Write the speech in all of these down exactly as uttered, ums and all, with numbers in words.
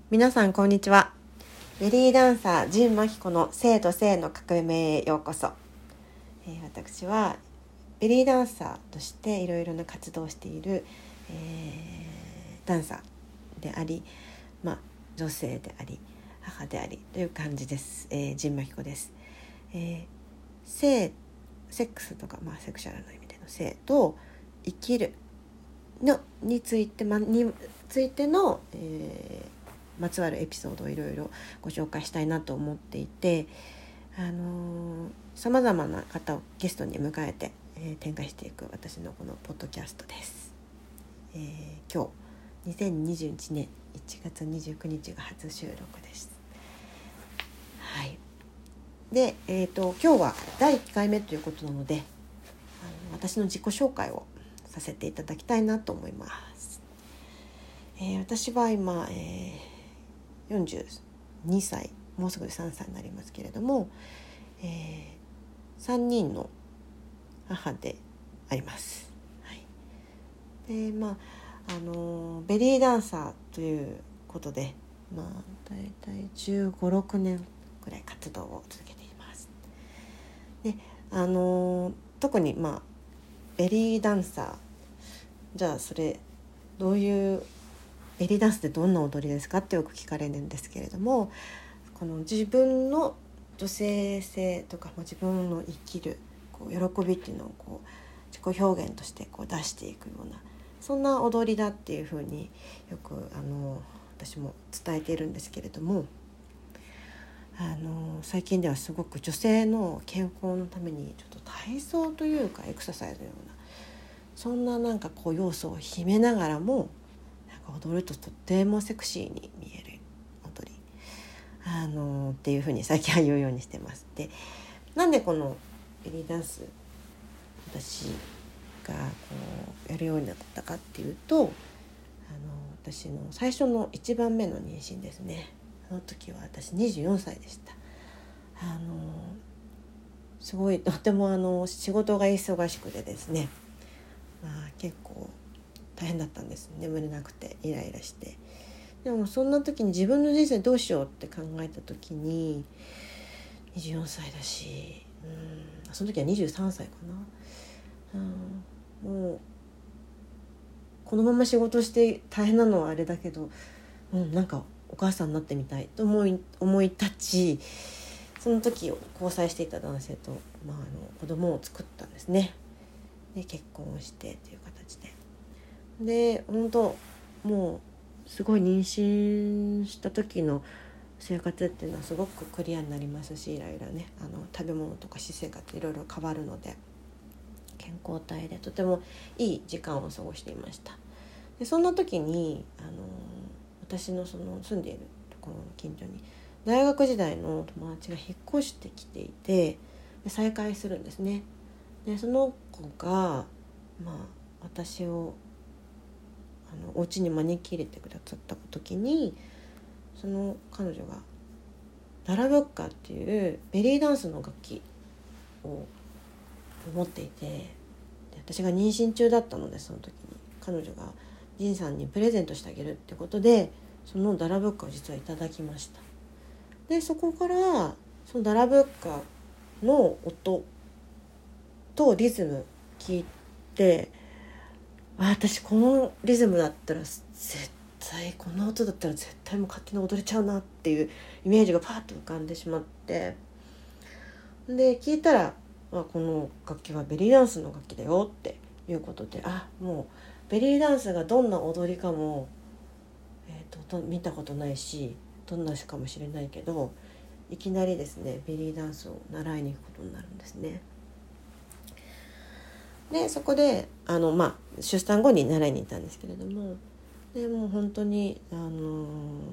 皆さんこんにちは。ベリーダンサー陣真希子の性と性の革命へようこそ。えー、私はベリーダンサーとしていろいろな活動をしている、えー、ダンサーであり、まあ、女性であり母でありという感じです。えー、陣真希子です。えー、性セックスとか、まあ、セクシャルの意味での性と生きるのについて、ま、についての、えーまつわるエピソードをいろいろご紹介したいなと思っていて、あのさまざまな方をゲストに迎えて、えー、展開していく私のこのポッドキャストです。えー、今日にせんにじゅういちねんいちがつにじゅうくにちが初収録です。はい。で、えーと、今日はだいいっかいめということなので、あの私の自己紹介をさせていただきたいなと思います。えー、私は今、えーよんじゅうにさい、もうすぐさんさいになりますけれども、えー、さんにんの母であります。はい、でまああのベリーダンサーということで、まあだいたいじゅうご、ろくねんくらい活動を続けています。であの特にまあベリーダンサー、じゃあそれどういうベリーダンスってどんな踊りですかってよく聞かれるんですけれども、この自分の女性性とか自分の生きるこう喜びっていうのをこう自己表現としてこう出していくような、そんな踊りだっていうふうによくあの私も伝えているんですけれども、あの最近ではすごく女性の健康のためにちょっと体操というかエクササイズのような、そんななんかこう要素を秘めながらも踊るととってもセクシーに見える踊り、あのっていう風に最近は言うようにしてます。で、なんでこのベリーダンス私がこうやるようになったかっていうと、あの私の最初の一番目の妊娠ですね。あの時は私にじゅうよんさいでした。あのすごいとてもあの仕事が忙しくてですね、まあ、結構大変だったんです。眠れなくてイライラして、でもそんな時に自分の人生どうしようって考えた時に、にじゅうよんさいだし、うんその時はにじゅうさんさいかな、うん、もうこのまま仕事して大変なのはあれだけど、うん、なんかお母さんになってみたいと思い、思い立ち、その時交際していた男性と、まあ、あの子供を作ったんですね。で結婚をしてという形で、で本当もうすごい妊娠した時の生活っていうのはすごくクリアになりますし、いろいろね、あの食べ物とか私生活いろいろ変わるので、健康体でとてもいい時間を過ごしていました。でそんな時にあの私のその住んでいるところの近所に大学時代の友達が引っ越してきていて、で再会するんですね。でその子が、まあ、私をあのお家に招き入れてくださった時に、その彼女がダラブッカっていうベリーダンスの楽器を持っていて、で私が妊娠中だったので、その時に彼女がジンさんにプレゼントしてあげるってことで、そのダラブッカを実はいただきました。でそこからそのダラブッカの音とリズム聞いて、あ私このリズムだったら絶対この音だったら絶対もう勝手に踊れちゃうなっていうイメージがパッと浮かんでしまって、で聞いたら、あこの楽器はベリーダンスの楽器だよっていうことで、あもうベリーダンスがどんな踊りかも、えー、と見たことないしどんなしかもしれないけど、いきなりですねベリーダンスを習いに行くことになるんですね。でそこであの、まあ、出産後に習いに行ったんですけれども、でもう本当に、あのー、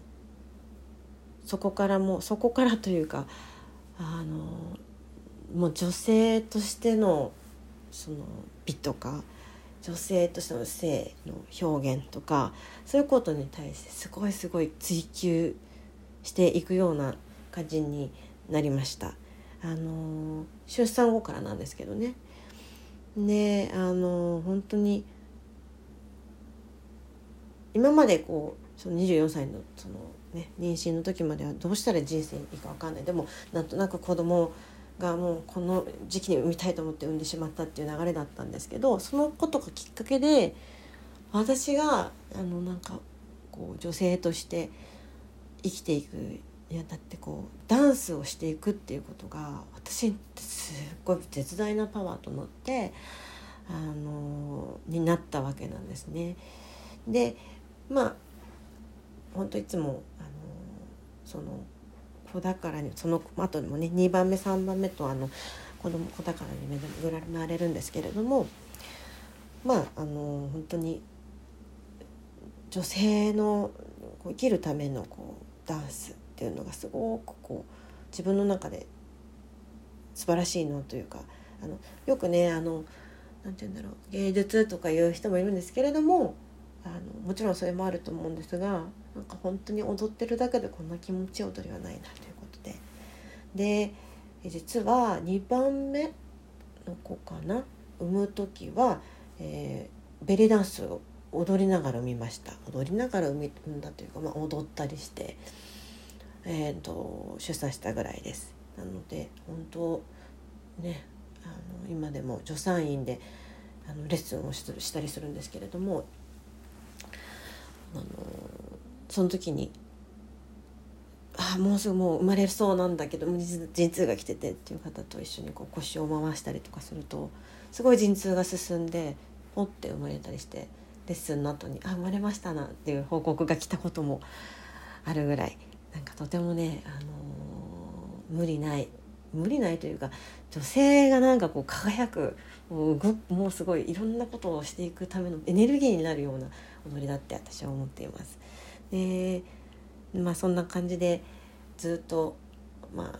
そこからもそこからというか、あのー、もう女性としてのその美とか女性としての性の表現とか、そういうことに対してすごいすごい追求していくような感じになりました。あのー、出産後からなんですけどね。であの本当に今までこうそのにじゅうよんさいのそのね、妊娠の時まではどうしたら人生いいか分かんない、でもなんとなく子供がもうこの時期に産みたいと思って産んでしまったっていう流れだったんですけど、そのことがきっかけで私があのなんかこう女性として生きていくにあたってこうダンスをしていくっていうことが私ってすっごい絶大なパワーとなってあのになったわけなんですね。でまあ本当いつもあのその子宝にその後にもねにばんめさんばんめとあの子供子宝に恵まれるんですけれども、まああの本当に女性のこう生きるためのこうダンスっていうのがすごくこう自分の中で素晴らしいのというか、あのよくねあのなんて言うんだろう、芸術とかいう人もいるんですけれども、あのもちろんそれもあると思うんですが、なんか本当に踊ってるだけでこんな気持ちいい踊りはないなということで、で実はにばんめの子かな産む時は、えー、ベリーダンスを踊りながら産みました。踊りながら産み産んだというか、まあ、踊ったりして、えー、と出産したぐらいです。なので本当ね、あの今でも助産院であのレッスンをしたりするんですけれども、あのその時にあもうすぐもう生まれそうなんだけど陣痛が来ててっていう方と一緒にこう腰を回したりとかするとすごい陣痛が進んでポッて生まれたりして、レッスンの後にあ生まれましたなっていう報告が来たこともあるぐらい、なんかとてもね、あのー、無理ない無理ないというか、女性がなんかこう輝くもう、もうすごいいろんなことをしていくためのエネルギーになるような踊りだって私は思っています。でまあそんな感じでずっと、まああの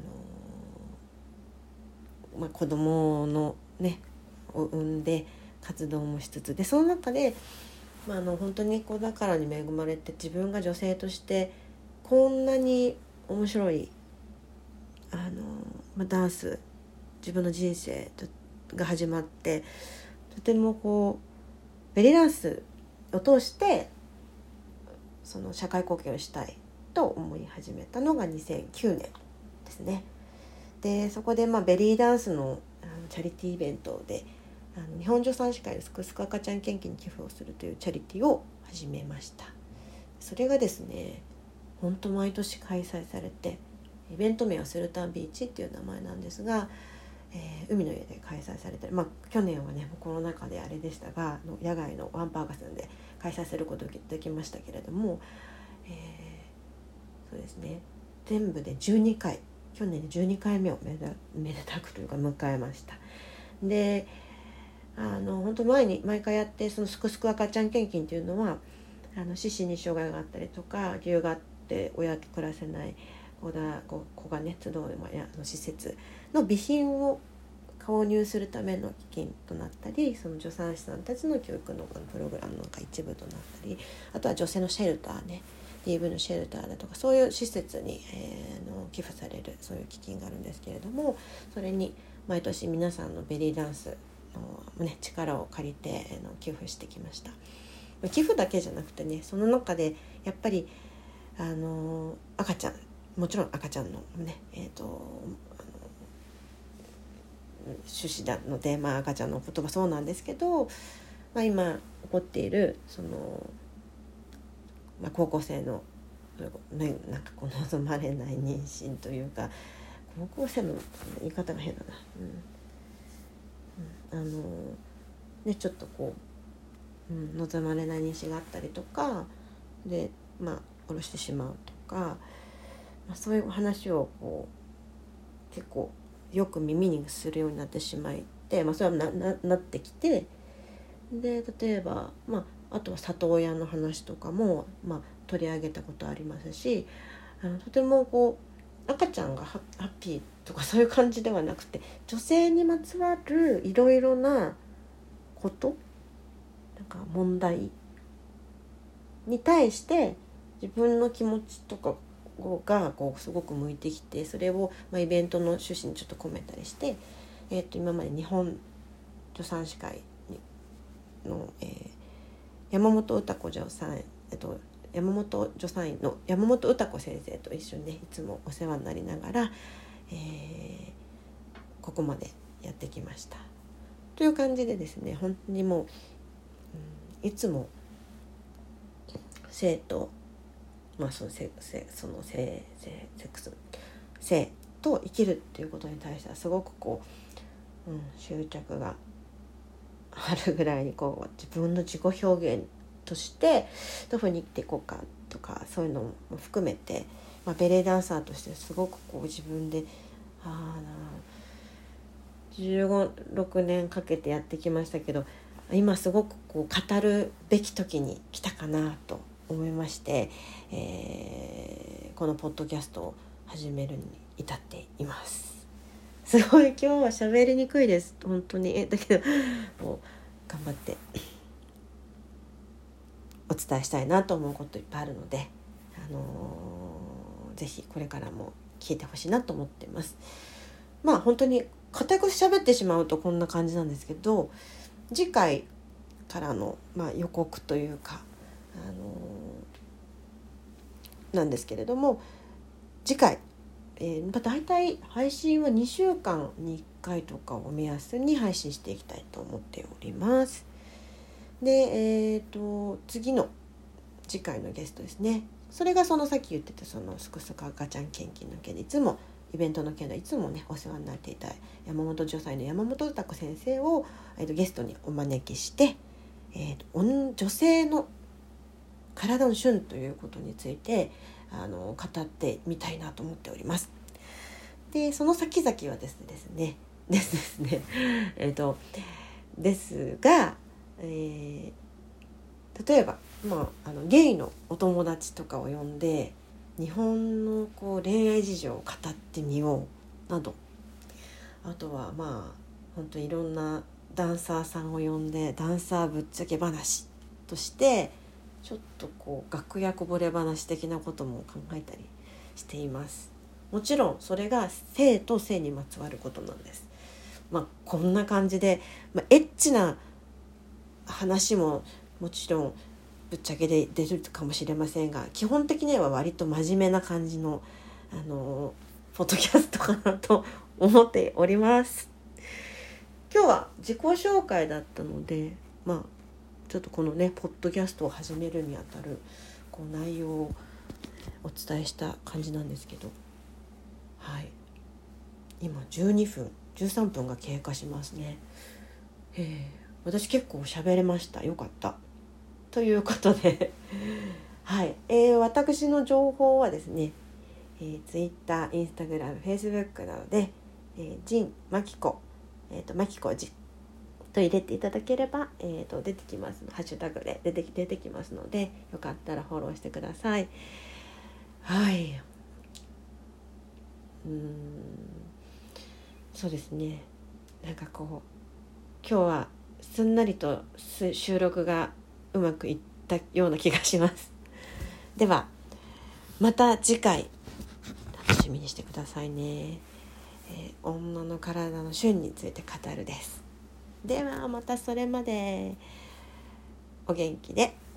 まあ、子供のねを産んで活動もしつつで、その中で、まあ、あの本当に子宝に恵まれて自分が女性としてこんなに面白いあの、まあ、ダンス自分の人生が始まって、とてもこうベリーダンスを通してその社会貢献をしたいと思い始めたのがにせんきゅうねんですね。でそこでまあベリーダンスのあのチャリティーイベントであの日本助産師会のすくすく赤ちゃん研究に寄付をするというチャリティーを始めました。それがですね本当毎年開催されて、イベント名はスルタンビーチっていう名前なんですが、えー、海の家で開催されて、まあ、去年はねコロナ禍であれでしたがの野外のワンパーガスンで開催することができましたけれども、えー、そうですね全部でじゅうにかい、去年でじゅうにかいめをめでめでたくというか迎えました。であの本当前に毎回やってそのすくすく赤ちゃん献金っていうのはあの四肢に障害があったりとか理由があって親と暮らせない子だ子がね集うの施設の備品を購入するための基金となったり、その助産師さんたちの教育のプログラムの一部となったり、あとは女性のシェルターね ディーブイ のシェルターだとかそういう施設に、えー、の寄付されるそういう基金があるんですけれども、それに毎年皆さんのベリーダンスの、ね、力を借りてあの寄付してきました。寄付だけじゃなくてね、その中でやっぱりあの赤ちゃんもちろん赤ちゃんのねえっ、ー、と趣旨なので、まあ、赤ちゃんの言葉そうなんですけど、まあ、今起こっているその、まあ、高校生の、ね、なんかこう望まれない妊娠というか、高校生の言い方が変だな、うんうん、あのねちょっとこう、うん、望まれない妊娠があったりとかで、まあ下ろしてしまうとか、まあ、そういう話をこう結構よく耳にするようになってしまって、まあ、それは な, な, なってきて、で例えば、まあ、あとは里親の話とかも、まあ、取り上げたことありますし、あのとてもこう赤ちゃんがハッピーとかそういう感じではなくて、女性にまつわるいろいろなことなんか問題に対して自分の気持ちとかがこうすごく向いてきて、それをまあイベントの趣旨にちょっと込めたりして、えー、と今まで日本助産師会の、えー、山本歌子助産、えー、と山本助産院の山本歌子先生と一緒にねいつもお世話になりながら、えー、ここまでやってきましたという感じでですね、本当にもう、うん、いつも性と、まあその性その性性セックス性と生きるっていうことに対してはすごくこう、うん、執着があるぐらいにこう自分の自己表現としてどういうふうに生きていこうかとかそういうのも含めて、まあ、ベレーダンサーとしてすごくこう自分であじゅうご、ろくねんかけてやってきましたけど、今すごくこう語るべき時に来たかなと思いまして、えー、このポッドキャストを始めるに至っています。すごい今日は喋りにくいです本当に。えだけどもう頑張ってお伝えしたいなと思うこといっぱいあるので、あのー、ぜひこれからも聞いてほしいなと思っています。まあ本当に固く喋ってしまうとこんな感じなんですけど、次回からの、まあ、予告というか、あのー、なんですけれども、次回、えー、だいたい配信はにしゅうかんにいっかいとかを目安に配信していきたいと思っております。で、えーと、次の次回のゲストですね、それがそのさっき言ってたそのすくすく赤ちゃん献金の件でいつもイベントの件でいつもねお世話になっていた山本助産院の山本歌子先生を、えー、とゲストにお招きして、えーと、女性の体の旬ということについてあの語ってみたいなと思っております。でその先々はですねですねですですねえっとですが、えー、例えば、まあ、あのゲイのお友達とかを呼んで日本のこう恋愛事情を語ってみようなど、あとはまあ本当にいろんなダンサーさんを呼んでダンサーぶっちゃけ話としてちょっとこう楽屋こぼれ話的なことも考えたりしています。もちろんそれが性と性にまつわることなんです。まあこんな感じで、まあ、エッチな話ももちろんぶっちゃけで出るかもしれませんが、基本的には割と真面目な感じのあのポッドキャストかなと思っております。今日は自己紹介だったので、まあちょっとこのねポッドキャストを始めるにあたるこう内容をお伝えした感じなんですけど、はい、今じゅうにふんじゅうさんぷんが経過しますね。へえ、私結構喋れました。よかったということではい、えー、私の情報はですね、えー、Twitter、Instagram、Facebook などで、えー、ジンマキコ、えーとマキコジと入れていただければ、えー、と出てきますハッシュタグで出て出てきますので、よかったらフォローしてください。はい、うーんそうですね、なんかこう今日はすんなりと収録がうまくいったような気がします。ではまた次回楽しみにしてくださいね。えー、女の体の旬について語るです。ではまたそれまでお元気で。